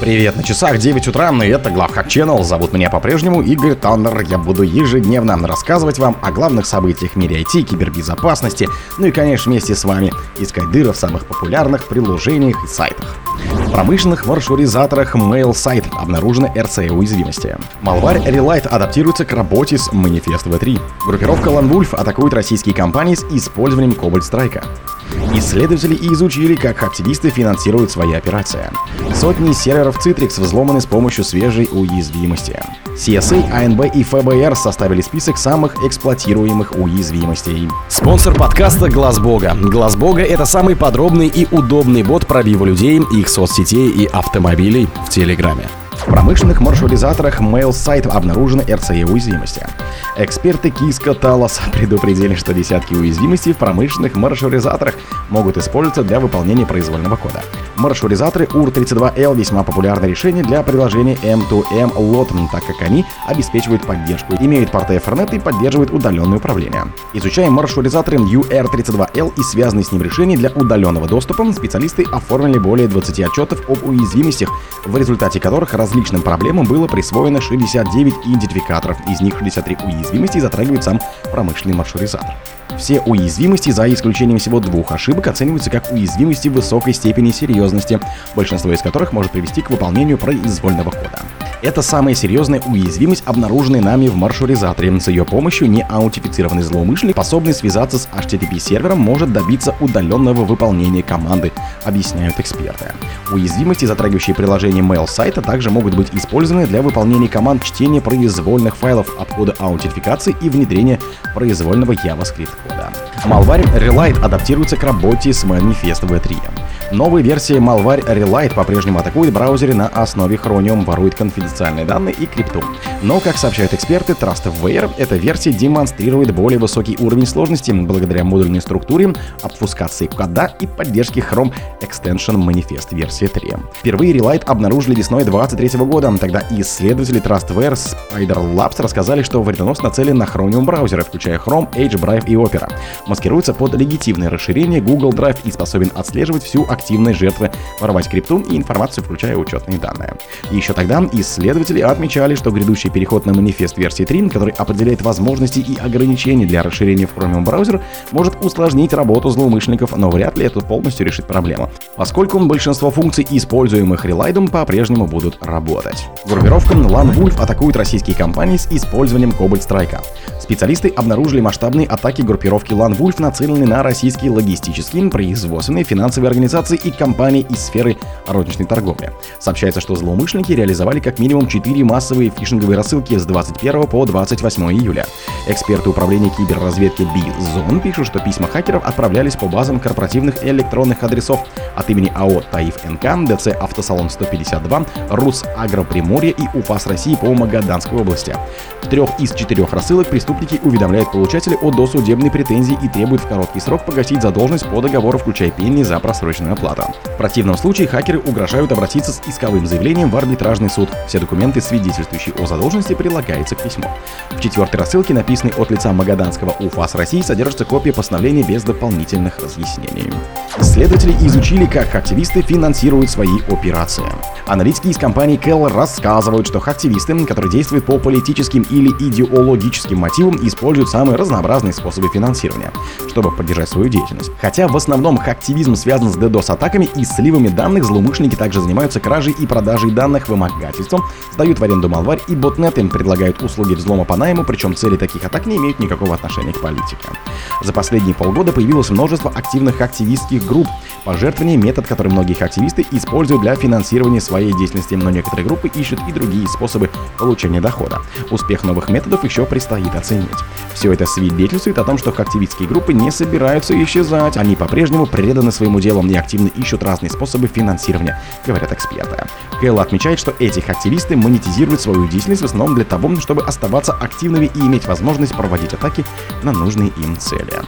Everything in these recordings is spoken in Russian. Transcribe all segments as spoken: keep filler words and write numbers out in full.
Привет, на часах девять утра, и это Главхак Channel. Зовут меня по-прежнему Игорь Таннер. Я буду ежедневно рассказывать вам о главных событиях в мире ай ти, кибербезопасности, ну и, конечно, вместе с вами искать дыры в самых популярных приложениях и сайтах. В промышленных маршрутизаторах MailSite обнаружены эр си эй-уязвимости. Malware Relight адаптируется к работе с Manifest ви три. Группировка Lone Wolf атакует российские компании с использованием Cobalt Strike. Исследователи изучили, как активисты финансируют свои операции. Сотни серверов Citrix взломаны с помощью свежей уязвимости. си эс эй, эй эн би и эф бэ эр составили список самых эксплуатируемых уязвимостей. Спонсор подкаста — Глаз Бога. Глаз Бога — это самый подробный и удобный бот пробива людей, их соцсетей и автомобилей в Телеграме. В промышленных маршрутизаторах MailSite обнаружены эр си эй-уязвимости. Эксперты Киска Талос предупредили, что десятки уязвимостей в промышленных маршрутизаторах могут использоваться для выполнения произвольного кода. Маршрутизаторы ю ар тридцать два эл весьма популярное решение для приложения эм два эм лот, так как они обеспечивают поддержку, имеют порты Ethernet и поддерживают удаленное управление. Изучая маршрутизаторы ю ар тридцать два эл и связанные с ним решения для удаленного доступа, специалисты оформили более двадцати отчетов об уязвимостях, в результате которых различным проблемам было присвоено шестьдесят девять идентификаторов, из них шестьдесят три уязвимости затрагивают сам промышленный маршрутизатор. Все уязвимости, за исключением всего двух ошибок, оцениваются как уязвимости высокой степени серьезности, большинство из которых может привести к выполнению произвольного кода. Это самая серьезная уязвимость, обнаруженная нами в маршрутизаторе. С ее помощью неаутентифицированный злоумышленник, способный связаться с эйч ти ти пи-сервером, может добиться удаленного выполнения команды, объясняют эксперты. Уязвимости, затрагивающие приложение MailSite, также могут быть использованы для выполнения команд чтения произвольных файлов, обхода аутентификации и внедрения произвольного JavaScript-кода. Malware Relight адаптируется к работе с Manifest ви три. Новая версия Malware Relight по-прежнему атакует браузеры на основе Chromium, ворует конфиденциальные данные и крипту. Но, как сообщают эксперты Trustware, эта версия демонстрирует более высокий уровень сложности благодаря модульной структуре, обфускации кода и поддержке Chrome Extension Manifest версии три. Впервые Relight обнаружили весной две тысячи двадцать третьего года. Тогда исследователи Trustware Spider Labs рассказали, что вредонос нацелен на Chromium браузеры, включая Chrome, Edge, Brave и Opera. Маскируется под легитимное расширение Google Drive и способен отслеживать всю активность жертвы, воровать крипту и информацию, включая учетные данные. Еще тогда исследователи отмечали, что грядущий переход на Manifest версии три, который определяет возможности и ограничения для расширения в Chromium браузер, может усложнить работу злоумышленников, но вряд ли это полностью решит проблему, поскольку большинство функций, используемых Relight, по-прежнему будут работать. Группировка Lone Wolf атакует российские компании с использованием Cobalt Strike. Специалисты обнаружили масштабные атаки группировки Lone Wolf, нацеленные на российские логистические, производственные, финансовые организации и компании из сферы розничной торговли. Сообщается, что злоумышленники реализовали как минимум четыре массовые фишинговые рассылки с двадцать первого по двадцать восьмое июля. Эксперты управления киберразведки B-Zone пишут, что письма хакеров отправлялись по базам корпоративных электронных адресов от имени АО «Таиф эн ка», ДЦ «Автосалон сто пятьдесят два», «Русагро Приморье» и УФАС России по Магаданской области. В трех из четырех рассылок преступники уведомляют получателя о досудебной претензии и требуют в короткий срок погасить задолженность по договору, включая пени за просроченную оплату. В противном случае хакеры угрожают обратиться с исковым заявлением в арбитражный суд. Все документы, свидетельствующие о задолженности, прилагаются к письму. В четвертой рассылке, написанной от лица Магаданского УФАС России, содержится копия постановления без дополнительных разъяснений. Исследователи изучили, как активисты финансируют свои операции. Аналитики из компании Kell рассказывают, что активисты, которые действуют по политическим или идеологическим мотивам, используют самые разнообразные способы финансирования, чтобы поддержать свою деятельность. Хотя в основном активизм связан с DDoS-атаками и сливами данных, злоумышленники также занимаются кражей и продажей данных, вымогательством, сдают в аренду малварь и ботнеты, предлагают услуги взлома по найму, причем цели таких атак не имеют никакого отношения к политике. За последние полгода появилось множество активных активистских групп. Пожертвование — метод, который многие активисты используют для финансирования своей деятельности, но некоторые группы ищут и другие способы получения дохода. Успех новых методов еще предстоит оценить. Все это свидетельствует о том, что активистские группы не собираются исчезать. Они по-прежнему преданы своему делу и активно ищут разные способы финансирования, говорят эксперты. Кэлл отмечает, что этих активисты монетизируют свою деятельность в основном для того, чтобы оставаться активными и иметь возможность проводить атаки на нужные им цели.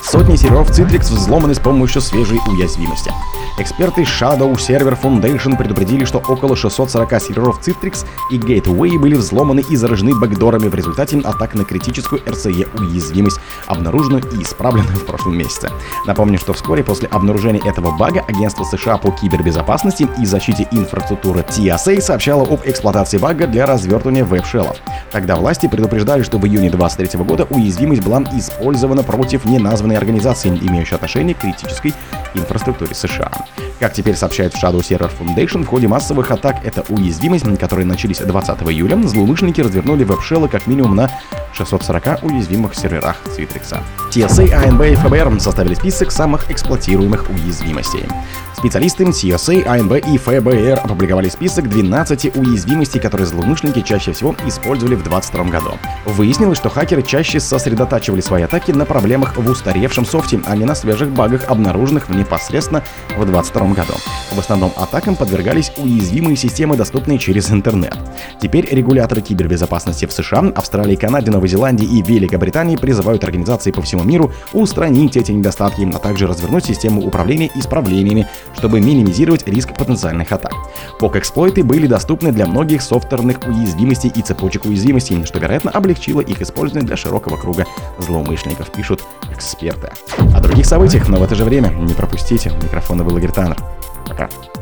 Сотни серверов Citrix взломаны с помощью свежей уязвимости. Эксперты Shadow Server Foundation предупредили, что около шестисот сорока серверов Citrix и Gateway были взломаны и заражены бэкдорами в результате атак на критическую эр си и-уязвимость, обнаруженную и исправленную в прошлом месяце. Напомню, что вскоре после обнаружения этого бага Агентство США по кибербезопасности и защите инфраструктуры ти эс эй сообщало об эксплуатации бага для развертывания веб-шеллов. Тогда власти предупреждали, что в июне двадцать третьего года уязвимость была использована против неназванной организации, имеющей отношение к критической инфраструктуре США. Как теперь сообщает Shadow Server Foundation, в ходе массовых атак эта уязвимость, которые начались двадцатого июля, злоумышленники развернули веб-шеллы как минимум на шестистах сорока уязвимых серверах Citrix. ти эс эй, эй эн би и эф бэ эр составили список самых эксплуатируемых уязвимостей. Специалисты ти эс эй, эй эн би и эф бэ эр опубликовали список двенадцати уязвимостей, которые злоумышленники чаще всего использовали в двадцать втором году. Выяснилось, что хакеры чаще сосредотачивали свои атаки на проблемах в устаревшем софте, а не на свежих багах, обнаруженных непосредственно в двадцать втором году. В основном атакам подвергались уязвимые системы, доступные через интернет. Теперь регуляторы кибербезопасности в США, Австралии, Канаде, Новой Зеландии и Великобритании призывают организации по всему миру устранить эти недостатки, а также развернуть систему управления исправлениями, чтобы минимизировать риск потенциальных атак. Пок-эксплойты были доступны для многих софтверных уязвимостей и цепочек уязвимостей, что, вероятно, облегчило их использование для широкого круга злоумышленников, пишут эксперты. О других событиях, но в это же время не пропустите. У микрофона был Игорь Таннер. Пока.